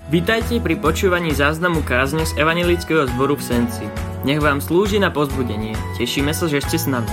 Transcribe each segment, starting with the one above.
Vitajte pri počúvaní záznamu kázne z Evanjelického zboru v Senci. Nech vám slúži na povzbudenie. Tešíme sa, že ste s nami.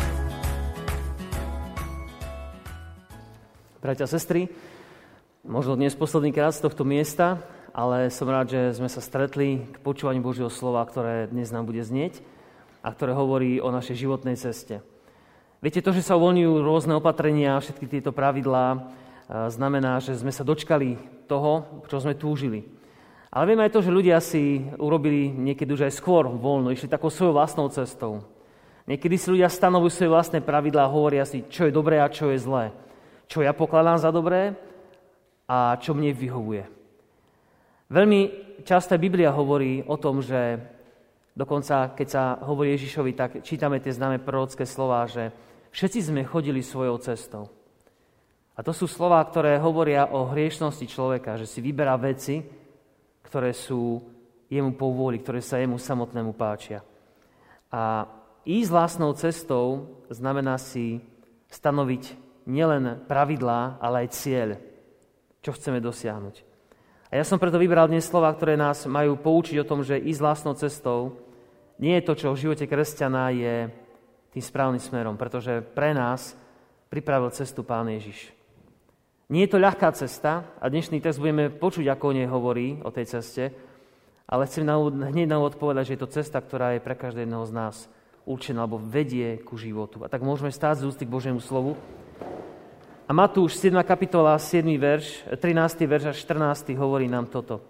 Bratia a sestry, možno dnes posledný krát z tohto miesta, ale som rád, že sme sa stretli k počúvaniu Božieho slova, ktoré dnes nám bude znieť a ktoré hovorí o našej životnej ceste. Viete, to, že sa uvoľňujú rôzne opatrenia, všetky tieto pravidlá, znamená, že sme sa dočkali toho, čo sme túžili. Ale vieme aj to, že ľudia si urobili niekedy už aj skôr voľno, išli takou svojou vlastnou cestou. Niekedy si ľudia stanovujú svoje vlastné pravidlá a hovoria si, čo je dobré a čo je zlé. Čo ja pokladám za dobré a čo mne vyhovuje. Veľmi často Biblia hovorí o tom, že dokonca, keď sa hovorí Ježišovi, tak čítame tie známe prorocké slová, že všetci sme chodili svojou cestou. A to sú slová, ktoré hovoria o hriešnosti človeka, že si vyberá veci, ktoré sú jemu po vôli, ktoré sa jemu samotnému páčia. A ísť vlastnou cestou znamená si stanoviť nielen pravidlá, ale aj cieľ, čo chceme dosiahnuť. A ja som preto vybral dnes slová, ktoré nás majú poučiť o tom, že ísť vlastnou cestou nie je to, čo v živote kresťana je tým správnym smerom, pretože pre nás pripravil cestu Pán Ježiš. Nie je to ľahká cesta a dnešný text budeme počuť, ako o nej hovorí, o tej ceste, ale chcem hneď na úvod povedať, že je to cesta, ktorá je pre každého z nás určená alebo vedie ku životu. A tak môžeme stáť z ústy k Božiemu slovu. A Matúš, 7. kapitola, 7. verš, 13. verš až 14. hovorí nám toto.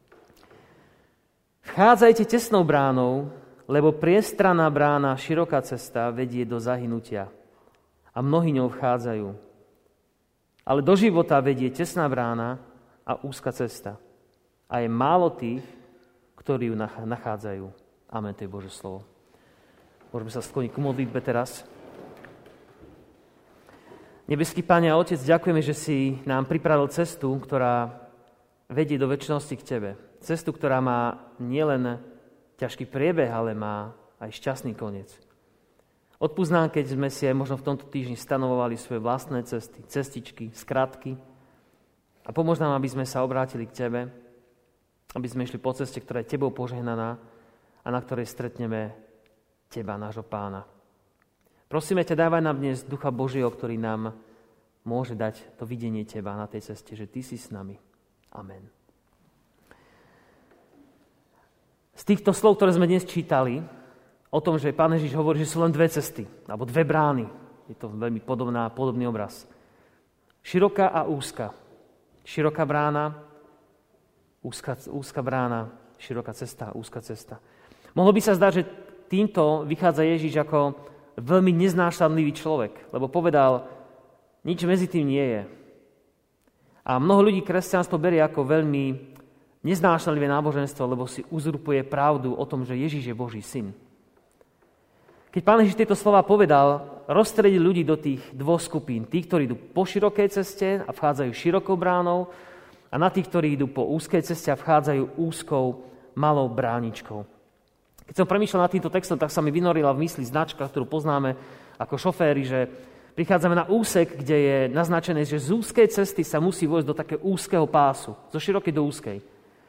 Vchádzajte tesnou bránou, lebo priestranná brána, široká cesta vedie do zahynutia a mnohí ňou vchádzajú. Ale do života vedie tesná brána a úzka cesta. A je málo tých, ktorí ju nachádzajú. Amen, to je Božie slovo. Môžeme sa skloniť k modlitbe teraz. Nebeský Pane a Otec, ďakujeme, že si nám pripravil cestu, ktorá vedie do večnosti k Tebe. Cestu, ktorá má nielen ťažký priebeh, ale má aj šťastný koniec. Odpusť nám, keď sme si aj možno v tomto týždni stanovovali svoje vlastné cesty, cestičky, skratky. A pomôž nám, aby sme sa obrátili k Tebe, aby sme išli po ceste, ktorá je Tebou požehnaná a na ktorej stretneme Teba, nášho Pána. Prosíme ťa, dávaj nám dnes Ducha Božieho, ktorý nám môže dať to videnie Teba na tej ceste, že Ty si s nami. Amen. Z týchto slov, ktoré sme dnes čítali, o tom, že Pán Ježiš hovorí, že sú len dve cesty, alebo dve brány. Je to veľmi podobný obraz. Široká a úzka. Široká brána, úzka brána, široká cesta, úzka cesta. Mohlo by sa zdať, že týmto vychádza Ježiš ako veľmi neznášanlivý človek, lebo povedal, nič medzi tým nie je. A mnoho ľudí kresťanstvo berie ako veľmi neznášanlivé náboženstvo, lebo si uzurpuje pravdu o tom, že Ježiš je Boží syn. Keď Pán Ježiš tieto slova povedal, rozstredil ľudí do tých dvoch skupín. Tí, ktorí idú po širokej ceste a vchádzajú širokou bránou a na tých, ktorí idú po úzkej ceste a vchádzajú úzkou, malou bráničkou. Keď som premýšľal nad týmto textom, tak sa mi vynorila v mysli značka, ktorú poznáme ako šoféri, že prichádzame na úsek, kde je naznačené, že z úzkej cesty sa musí vojsť do takého úzkeho pásu, zo širokej do úzkej.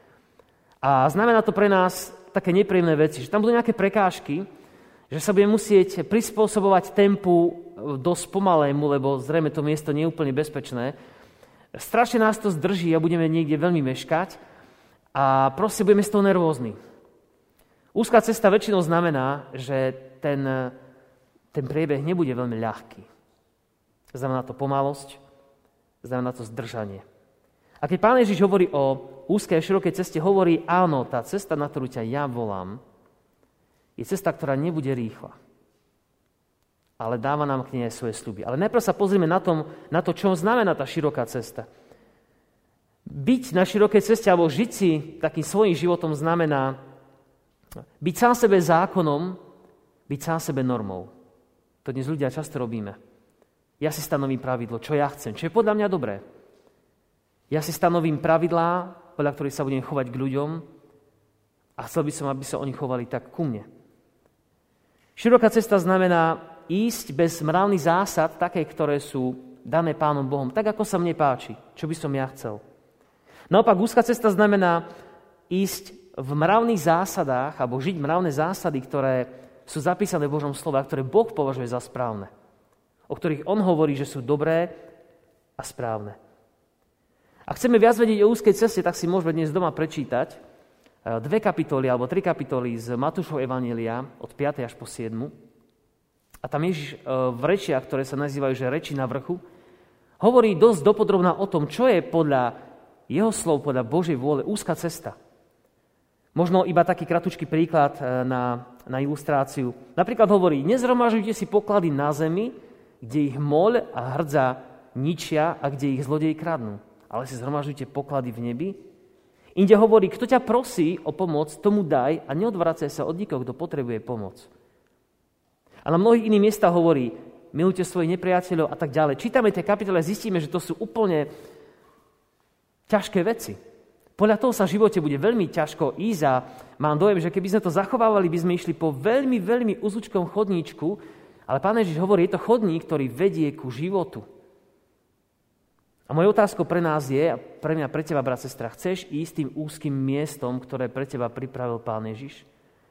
A znamená to pre nás také nepríjemné veci, že tam budú nejaké prekážky, že sa budeme musieť prispôsobovať tempu dosť pomalému, lebo zrejme to miesto nie je úplne bezpečné. Strašne nás to zdrží a budeme niekde veľmi meškať a proste budeme z toho nervózni. Úzká cesta väčšinou znamená, že ten priebeh nebude veľmi ľahký. Znamená to pomalosť, znamená to zdržanie. A keď Pán Ježiš hovorí o úzkej a širokej ceste, hovorí, áno, tá cesta, na ktorú ťa ja volám, je cesta, ktorá nebude rýchla. Ale dáva nám k nej aj svoje sľuby. Ale najprv sa pozrieme na to, čo znamená tá široká cesta. Byť na širokej ceste alebo žiť si takým svojím životom znamená byť sám sebe zákonom, byť sám sebe normou. To dnes ľudia často robíme. Ja si stanovím pravidlo, čo ja chcem, čo je podľa mňa dobré. Ja si stanovím pravidlá, podľa ktorých sa budem chovať k ľuďom a chcel by som, aby sa oni chovali tak ku mne. Široká cesta znamená ísť bez mravných zásad, také, ktoré sú dané Pánom Bohom, tak ako sa mne páči, čo by som ja chcel. Naopak, úzka cesta znamená ísť v mravných zásadách, alebo žiť mravné zásady, ktoré sú zapísané v Božom slove, ktoré Boh považuje za správne. O ktorých on hovorí, že sú dobré a správne. Ak chceme viac vedieť o úzkej ceste, tak si môžeme dnes doma prečítať 2 kapitoly alebo 3 kapitoly z Matúšovho evanjelia od 5. až po 7. A tam Ježiš v rečiach, ktoré sa nazývajú, že reči na vrchu, hovorí dosť dopodrobná o tom, čo je podľa jeho slov, podľa Božej vôle úzka cesta. Možno iba taký kratučký príklad na ilustráciu. Napríklad hovorí, nezhromažujte si poklady na zemi, kde ich moľ a hrdza ničia a kde ich zlodeji kradnú. Ale si zhromažujte poklady v nebi. Inde hovorí, kto ťa prosí o pomoc, tomu daj a neodvracaj sa od nikoho, kto potrebuje pomoc. A na mnohých iných miestach hovorí, milujte svojich nepriateľov a tak ďalej. Čítame tie kapitoly a zistíme, že to sú úplne ťažké veci. Podľa toho sa v živote bude veľmi ťažko ísť a mám dojem, že keby sme to zachovávali, by sme išli po veľmi, veľmi uzúčkom chodníčku, ale Pán Ježiš hovorí, je to chodník, ktorý vedie ku životu. A moja otázka pre nás je, a pre mňa, pre teba, brat, sestra, chceš ísť tým úzkým miestom, ktoré pre teba pripravil Pán Ježiš?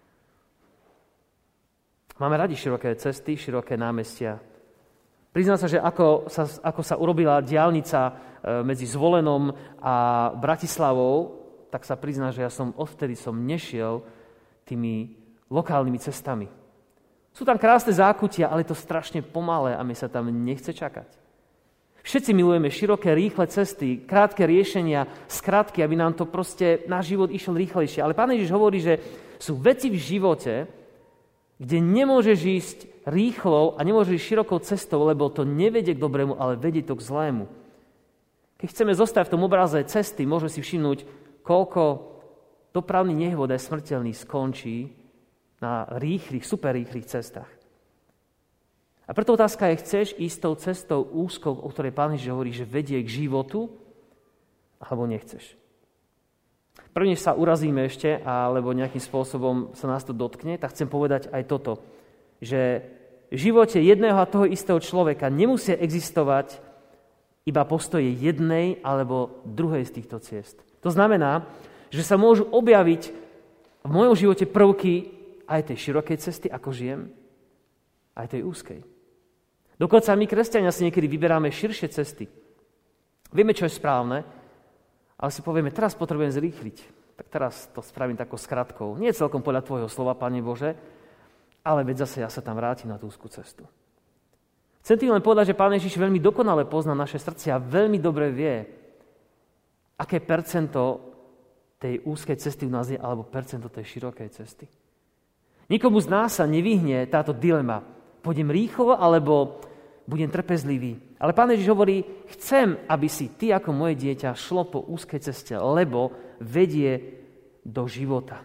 Máme radi široké cesty, široké námestia. Priznám sa, že ako sa urobila diaľnica medzi Zvolenom a Bratislavou, tak sa priznám, že ja som odvtedy nešiel tými lokálnymi cestami. Sú tam krásne zákutia, ale je to strašne pomalé a mi sa tam nechce čakať. Všetci milujeme široké, rýchle cesty, krátke riešenia, skratky, aby nám to proste, náš život išiel rýchlejšie. Ale Pán Ježiš hovorí, že sú veci v živote, kde nemôžeš ísť rýchlo a nemôžeš ísť širokou cestou, lebo to nevedie k dobrému, ale vedie to k zlému. Keď chceme zostať v tom obraze cesty, môžeme si všimnúť, koľko dopravný nehôd aj smrteľný skončí na rýchlych, superrýchlych cestách. A preto otázka je, chceš ísť tou cestou úzkou, o ktorej Pán Ježiš hovorí, že vedie k životu, alebo nechceš. Prvne sa urazíme ešte, alebo nejakým spôsobom sa nás to dotkne, tak chcem povedať aj toto, že v živote jedného a toho istého človeka nemusia existovať iba postoje jednej alebo druhej z týchto ciest. To znamená, že sa môžu objaviť v mojom živote prvky aj tej širokej cesty, ako žijem, aj tej úzkej. Dokonca my, kresťania, si niekedy vyberáme širšie cesty. Vieme, čo je správne, ale si povieme, teraz potrebujem zrýchliť. Tak teraz to spravím takou skratkou. Nie celkom podľa tvojho slova, Pane Bože, ale veď zase ja sa tam vrátim na tú úzkú cestu. Chcem tým len povedať, že Pán Ježiš veľmi dokonale pozná naše srdcia a veľmi dobre vie, aké percento tej úzkej cesty u nás je, alebo percento tej širokej cesty. Nikomu z nás sa nevyhne táto dilema. Pôjdem rýchlo, alebo budem trpezlivý. Ale Pán Ježiš hovorí, chcem, aby si ty ako moje dieťa šlo po úzkej ceste, lebo vedie do života.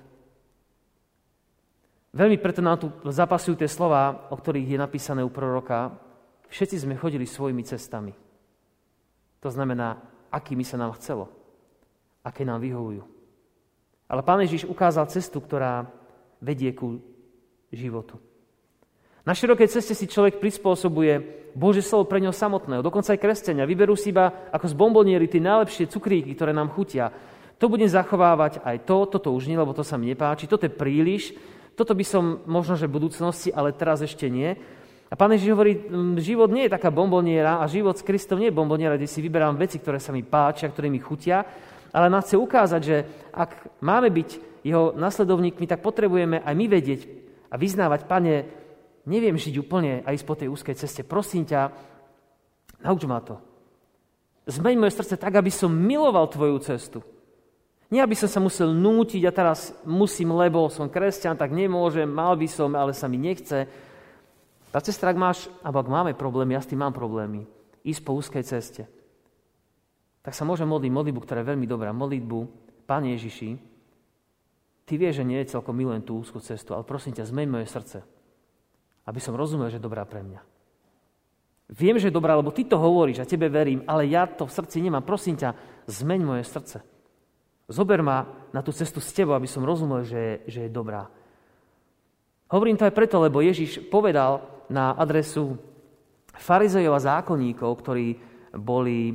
Veľmi preto nám tu zapasujú tie slova, o ktorých je napísané u proroka. Všetci sme chodili svojimi cestami. To znamená, akými sa nám chcelo, aké nám vyhovujú. Ale Pán Ježiš ukázal cestu, ktorá vedie ku životu. Na širokej ceste si človek prispôsobuje Božie slovo pre ňo samotného. Dokonca aj kresťania vyberú si iba ako z bomboniery tie najlepšie cukríky, ktoré nám chutia. To budem zachovávať aj toto už nie, lebo to sa mi nepáči, toto je príliš, toto by som možno, že v budúcnosti, ale teraz ešte nie. A Pán Ježiš hovorí, život nie je taká bomboniera a život s Kristom nie je bomboniera, kde si vyberám veci, ktoré sa mi páčia, ktoré mi chutia, ale nám chce ukázať, že ak máme byť jeho nasledovníkmi, tak potrebujeme aj my vedieť a vyznávať, Pane, neviem žiť úplne a ísť po tej úzkej ceste. Prosím ťa, nauč ma to. Zmeň moje srdce tak, aby som miloval tvoju cestu. Nie, aby som sa musel nútiť a teraz musím, lebo som kresťan, tak nemôžem, mal by som, ale sa mi nechce. Tá cesta, ak máš, alebo ak máme problémy, ja s tým mám problémy, ísť po úzkej ceste, tak sa môžem modliť modlitbu, ktorá je veľmi dobrá. Modlitbu, Pane Ježiši, ty vieš, že nie je celkom milujem tú úzkú cestu, ale prosím ťa, zmeň moje srdce, aby som rozumel, že je dobrá pre mňa. Viem, že je dobrá, lebo ty to hovoríš a tebe verím, ale ja to v srdci nemám. Prosím ťa, zmeň moje srdce. Zober ma na tú cestu s tebou, aby som rozumel, že je dobrá. Hovorím to aj preto, lebo Ježiš povedal na adresu farizejov a zákonníkov, ktorí boli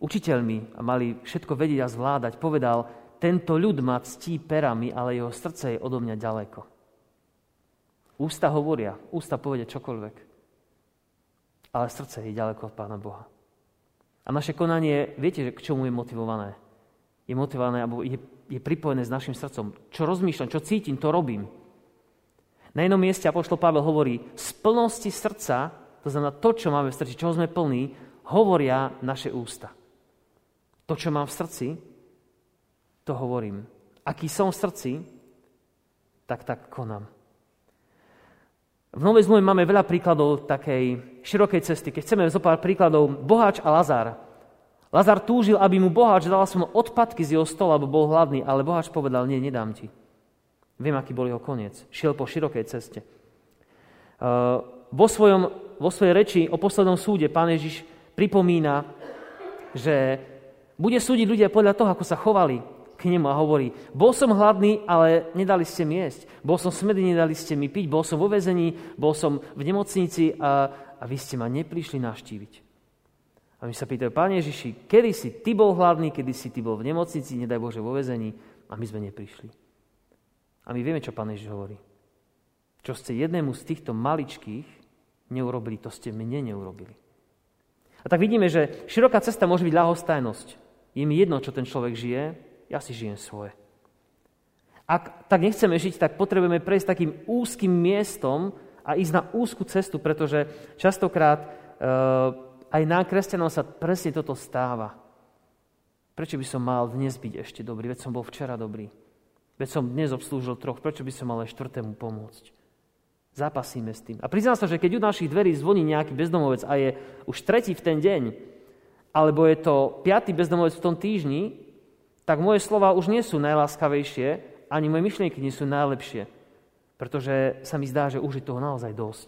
učiteľmi a mali všetko vedieť a zvládať, povedal, tento ľud ma ctí perami, ale jeho srdce je odo mňa ďaleko. Ústa hovoria, ústa povedia čokoľvek, ale srdce je ďaleko od Pána Boha. A naše konanie, viete, k čomu je motivované? Je motivované, alebo je pripojené s našim srdcom. Čo rozmýšľam, čo cítim, to robím. Na jednom mieste apoštol Pavel hovorí, z plnosti srdca, to znamená to, čo máme v srdci, čoho sme plní, hovoria naše ústa. To, čo mám v srdci, to hovorím. Aký som v srdci, tak konám. V Novej zmluve máme veľa príkladov takej širokej cesty. Keď chceme zopár príkladov, boháč a Lazár. Lazár túžil, aby mu boháč dal aspoň odpadky z jeho stola, lebo bol hladný, ale boháč povedal, nie, nedám ti. Viem, aký bol jeho koniec. Šiel po širokej ceste. Vo svojej reči o poslednom súde Pán Ježiš pripomína, že bude súdiť ľudia podľa toho, ako sa chovali k nemu a hovorí, bol som hladný, ale nedali ste mi jesť. Bol som smedý, nedali ste mi piť. Bol som vo väzení, bol som v nemocnici a vy ste ma neprišli navštíviť. A my sa pýtajú, Pán Ježiši, kedy si ty bol hladný, kedy si ty bol v nemocnici, nedaj Bože vo väzení a my sme neprišli. A my vieme, čo Pán Ježiš hovorí. Čo ste jednému z týchto maličkých neurobili, to ste mne neurobili. A tak vidíme, že široká cesta môže byť ľahostajnosť. Je mi jedno, čo ten človek žije, ja si žijem svoje. Ak tak nechceme žiť, tak potrebujeme prejsť takým úzkým miestom a ísť na úzku cestu, pretože častokrát aj nám, kresťanom, sa presne toto stáva. Prečo by som mal dnes byť ešte dobrý? Veď som bol včera dobrý. Veď som dnes obslúžil 3, prečo by som mal aj 4. pomôcť? Zápasíme s tým. A priznám sa, že keď u našich dverí zvoní nejaký bezdomovec a je už 3. v ten deň, alebo je to 5. bezdomovec v tom týždni, tak moje slova už nie sú najláskavejšie, ani moje myšlienky nie sú najlepšie, pretože sa mi zdá, že už je toho naozaj dosť.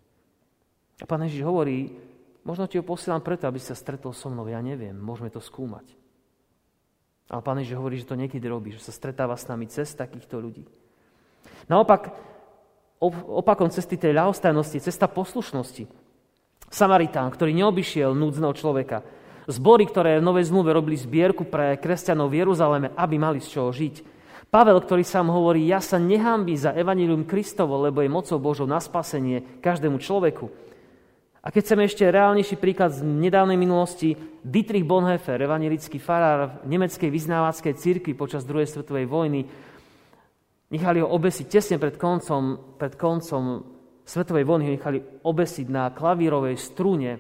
A Pán Ježiš hovorí, možno ti ho posielam preto, aby sa stretol so mnou, ja neviem, môžeme to skúmať. Ale Pán Ježiš hovorí, že to niekedy robí, že sa stretáva s nami cez takýchto ľudí. Naopak, opakom cesty tej ľahostajnosti je cesta poslušnosti. Samaritán, ktorý neobyšiel núdzneho človeka. Zbory, ktoré v Novej zmluve robili zbierku pre kresťanov v Jeruzaleme, aby mali z čoho žiť. Pavel, ktorý sám hovorí, ja sa nehanbím za evanjelium Kristovo, lebo je mocou Božou na spasenie každému človeku. A keď chceme ešte reálnejší príklad z nedávnej minulosti, Dietrich Bonhoeffer, evanjelický farár v nemeckej vyznávackej cirkvi počas druhej svetovej vojny, nechali ho obesiť tesne pred koncom svetovej vojny, ho nechali obesiť na klavírovej strune,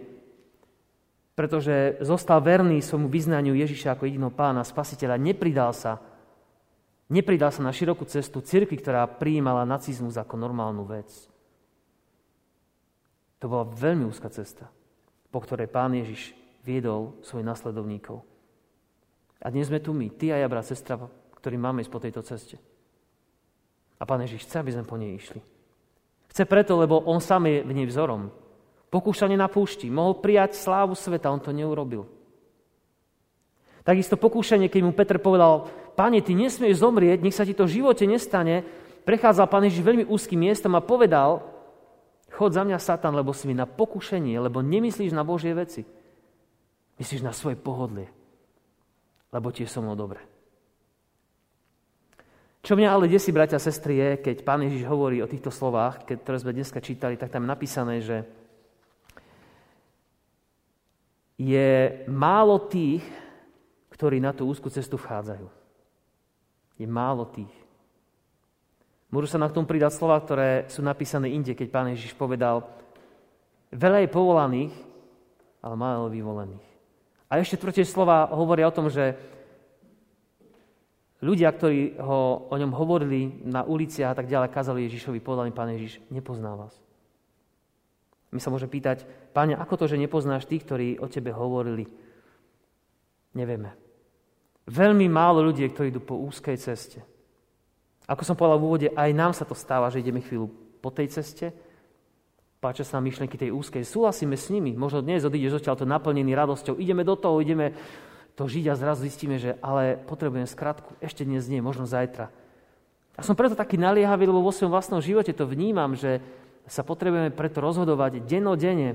pretože zostal verný svojmu vyznaniu Ježiša ako jediného Pána, Spasiteľa. Nepridal sa na širokú cestu cirkvi, ktorá prijímala nacizmus ako normálnu vec. To bola veľmi úzka cesta, po ktorej Pán Ježiš viedol svojich nasledovníkov. A dnes sme tu my, ty a ja, brat, sestra, ktorí máme ísť po tejto ceste. A Pán Ježiš chce, aby sme po nej išli. Chce preto, lebo on sám je v nej vzorom. Pokúšanie na púšti. Mohol prijať slávu sveta, on to neurobil. Takisto pokúšanie, keď mu Peter povedal, Pane, ty nesmieš zomrieť, nech sa ti to v živote nestane, prechádzal Pán Ježiš veľmi úzkým miestom a povedal, chod za mňa, Satan, lebo si mi na pokušenie, lebo nemyslíš na Božie veci. Myslíš na svoje pohodlie, lebo ti je so mnou dobre. Čo mňa ale desí, bratia a sestry, je, keď Pán Ježiš hovorí o týchto slovách, ktoré sme dneska čítali, tak tam je napísané, že je málo tých, ktorí na tú úzku cestu vchádzajú. Je málo tých. Môžu sa na tom pridať slova, ktoré sú napísané inde, keď Pán Ježiš povedal, veľa je povolaných, ale málo vyvolených. A ešte tretie slova hovoria o tom, že ľudia, ktorí o ňom hovorili na uliciach a tak ďalej, kázali Ježišovi, povedali, Pán Ježiš, nepozná vás. My sa môžeme pýtať, Páne, ako to, že nepoznáš tých, ktorí o tebe hovorili? Nevieme. Veľmi málo ľudí, ktorí idú po úzkej ceste. Ako som povedal v úvode, aj nám sa to stáva, že ideme chvíľu po tej ceste, páčia sa nám myšlenky tej úzkej, súhlasíme s nimi, možno dnes odídeš odtiaľto naplnený radosťou, ideme do toho, ideme to žiť a zrazu zistíme, že ale potrebujem skratku, ešte dnes nie, možno zajtra. A som preto taký naliehavý, lebo vo svojom vlastnom živote to vnímam, že sa potrebujeme preto rozhodovať dennodenne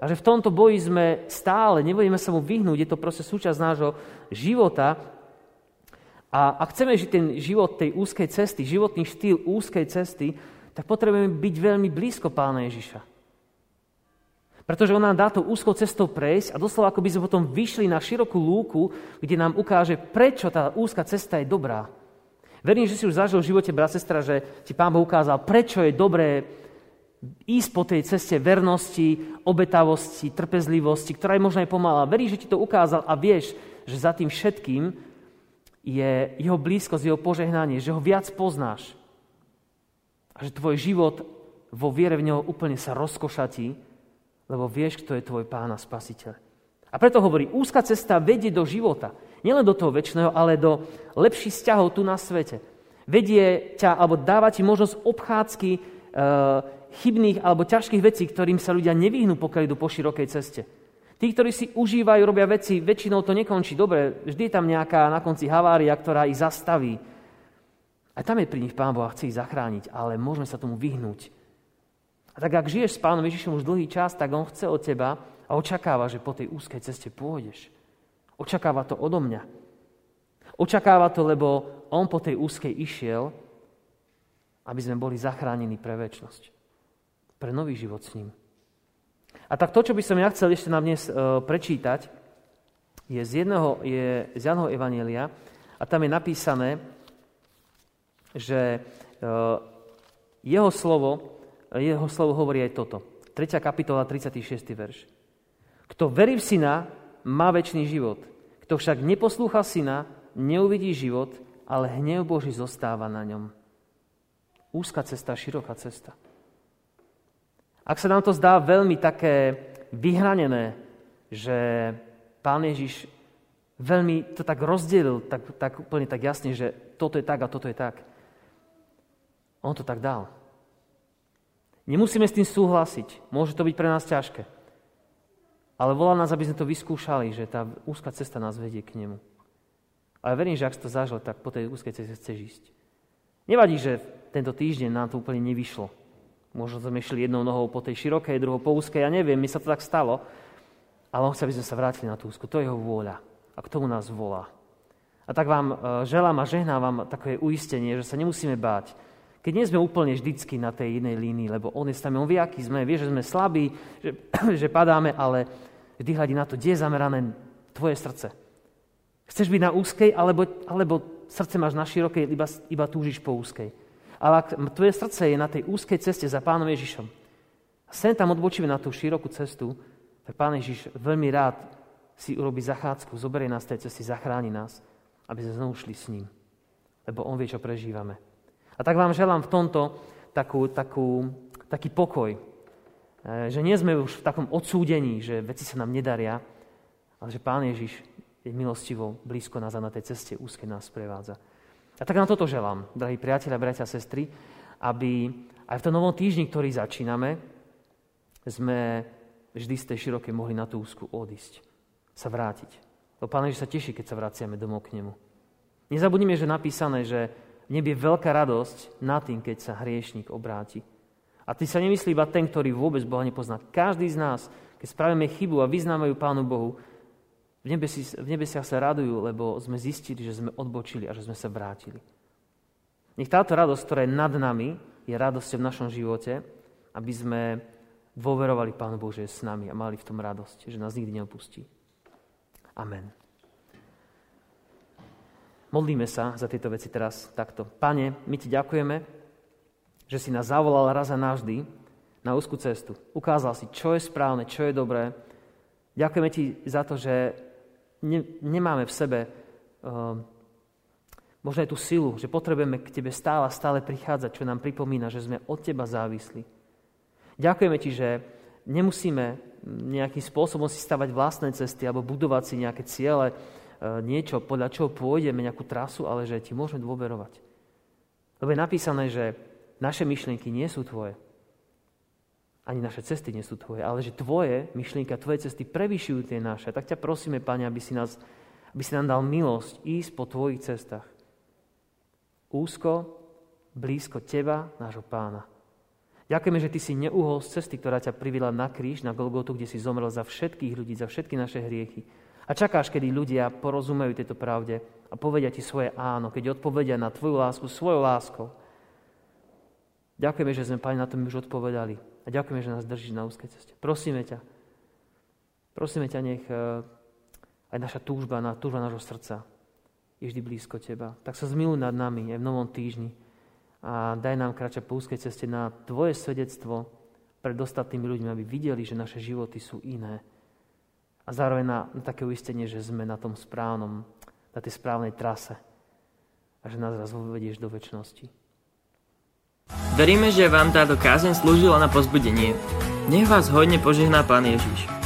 a že v tomto boji sme stále, nebudeme sa mu vyhnúť, je to proste súčasť nášho života. A ak chceme žiť ten život tej úzkej cesty, životný štýl úzkej cesty, tak potrebujeme byť veľmi blízko Pána Ježiša. Pretože on nám dá tou úzkou cestou prejsť a doslova ako by sme potom vyšli na širokú lúku, kde nám ukáže, prečo tá úzka cesta je dobrá. Verím, že si už zažil v živote, brat, sestra, že ti Pán Boh ukázal, prečo je dobré ísť po tej ceste vernosti, obetavosti, trpezlivosti, ktorá je možno aj pomalá. Verím, že ti to ukázal a vieš, že za tým všetkým je jeho blízkosť, jeho požehnanie, že ho viac poznáš. A že tvoj život vo viere v neho úplne sa rozkošatí, lebo vieš, kto je tvoj Pán a Spasiteľ. A preto hovorí, úzka cesta vedie do života. Nielen do toho večného, ale do lepších vzťahov tu na svete. Vedie ťa, alebo dáva ti možnosť obchádzky chybných alebo ťažkých vecí, ktorým sa ľudia nevyhnú, pokiaľ idú po širokej ceste. Tí, ktorí si užívajú, robia veci, väčšinou to nekončí dobre. Vždy je tam nejaká na konci havária, ktorá ich zastaví. A tam je pri nich Pán Boh a chce ich zachrániť, ale môžeme sa tomu vyhnúť. A tak ak žiješ s Pánom Ježišom už dlhý čas, tak on chce od teba a očakáva, že po tej úzkej ceste pôjdeš. Očakáva to odo mňa. Očakáva to, lebo on po tej úzkej išiel, aby sme boli zachránení pre večnosť. Pre nový život s ním. A tak to, čo by som ja chcel ešte nám dnes prečítať, je z Jánovho evanjelia a tam je napísané, že jeho slovo hovorí aj toto. 3. kapitola, 36. verš. Kto verí v Syna, má večný život. Kto však neposlúcha Syna, neuvidí život, ale hnev Boží zostáva na ňom. Úzka cesta, široká cesta. Ak sa nám to zdá veľmi také vyhranené, že Pán Ježiš veľmi to tak rozdelil, tak úplne tak jasne, že toto je tak a toto je tak. On to tak dal. Nemusíme s tým súhlasiť. Môže to byť pre nás ťažké. Ale volá nás, aby sme to vyskúšali, že tá úzka cesta nás vedie k nemu. Ale verím, že ak si to zažil, tak po tej úzkej ceste chceš ísť. Nevadí, že tento týždeň nám to úplne nevyšlo. Možno sme šli jednou nohou po tej širokej, druhou po úzkej, ja neviem, mi sa to tak stalo. Ale on chce, aby sme sa vrátili na tú úzku. To je jeho vôľa. A k tomu nás volá. A tak vám želám a žehnám vám také uistenie, že sa nemusíme báť. Keď nie sme úplne vždycky na tej inej línii, lebo on je s nami, on vie, aký sme, vie, že sme slabí, že padáme, ale vždy hľadí na to, kde je zamerané tvoje srdce. Chceš byť na úzkej, alebo srdce máš na širokej, iba túžiš po úzkej. Ale ak tvoje srdce je na tej úzkej ceste za Pánom Ježišom a sem tam odbočíme na tú širokú cestu, tak Pán Ježiš veľmi rád si urobí zachádzku, zoberie nás z tej cesty, zachráni nás, aby sme znovu šli s ním. Lebo on vie, čo prežívame. A tak vám želám v tomto taký pokoj. Že nie sme už v takom odsúdení, že veci sa nám nedaria, ale že Pán Ježiš je milostivo blízko nás a na tej ceste úzkej nás prevádza. A tak nám toto želám, drahí priatelia, bratia a sestry, aby aj v tom novom týždni, ktorý začíname, sme vždy z tej širokej mohli na tú úzku odísť, sa vrátiť. To Pán Ježiš sa teší, keď sa vraciame domov k nemu. Nezabudnime, že napísané, že v nebi je veľká radosť nad tým, keď sa hriešnik obráti. A ty sa nemyslí iba ten, ktorý vôbec Boha nepozná. Každý z nás, keď spravíme chybu a vyznávajú Pánu Bohu, v nebesiach sa radujú, lebo sme zistili, že sme odbočili a že sme sa vrátili. Nech táto radosť, ktorá je nad nami, je radosťou v našom živote, aby sme dôverovali Pánu Bohu, že je s nami a mali v tom radosť, že nás nikdy neopustí. Amen. Modlíme sa za tieto veci teraz takto. Pane, my ti ďakujeme, že si nás zavolal raz a navždy na úzku cestu. Ukázal si, čo je správne, čo je dobré. Ďakujeme ti za to, že nemáme v sebe možno aj tú silu, že potrebujeme k tebe stále prichádzať, čo nám pripomína, že sme od teba závislí. Ďakujeme ti, že nemusíme nejakým spôsobom si stavať vlastné cesty alebo budovať si nejaké ciele, niečo, podľa čoho pôjdeme, nejakú trasu, ale že ti môžeme dôverovať. Lebo je napísané, že naše myšlienky nie sú tvoje. Ani naše cesty nie sú tvoje, ale že tvoje myšlienky a tvoje cesty prevyšujú tie naše. Tak ťa prosíme, Pane, aby si nám dal milosť ísť po tvojich cestách. Úzko, blízko teba, nášho Pána. Ďakujeme, že Ty si neuhol z cesty, ktorá ťa priviedla na kríž, na Golgotu, kde si zomrel za všetkých ľudí, za všetky naše hriechy. A čakáš, kedy ľudia porozumejú tejto pravde a povedia Ti svoje áno, keď odpovedia na Tvoju lásku svojou láskou. Ďakujeme, že sme, Pane, na tom už odpovedali. A ďakujeme, že nás držíš na úzkej ceste. Prosíme ťa, nech aj naša túžba nášho srdca je vždy blízko Teba. Tak sa zmiluj nad nami aj v novom týždni a daj nám kráčať po úzkej ceste na Tvoje svedectvo pred ostatnými ľuďmi, aby videli, že naše životy sú iné. A zároveň na také uistenie, že sme na tom správnom, na tej správnej trase a že nás raz vovedieš do večnosti. Veríme, že vám táto kázeň slúžila na povzbudenie. Nech vás hojne požehná Pán Ježiš.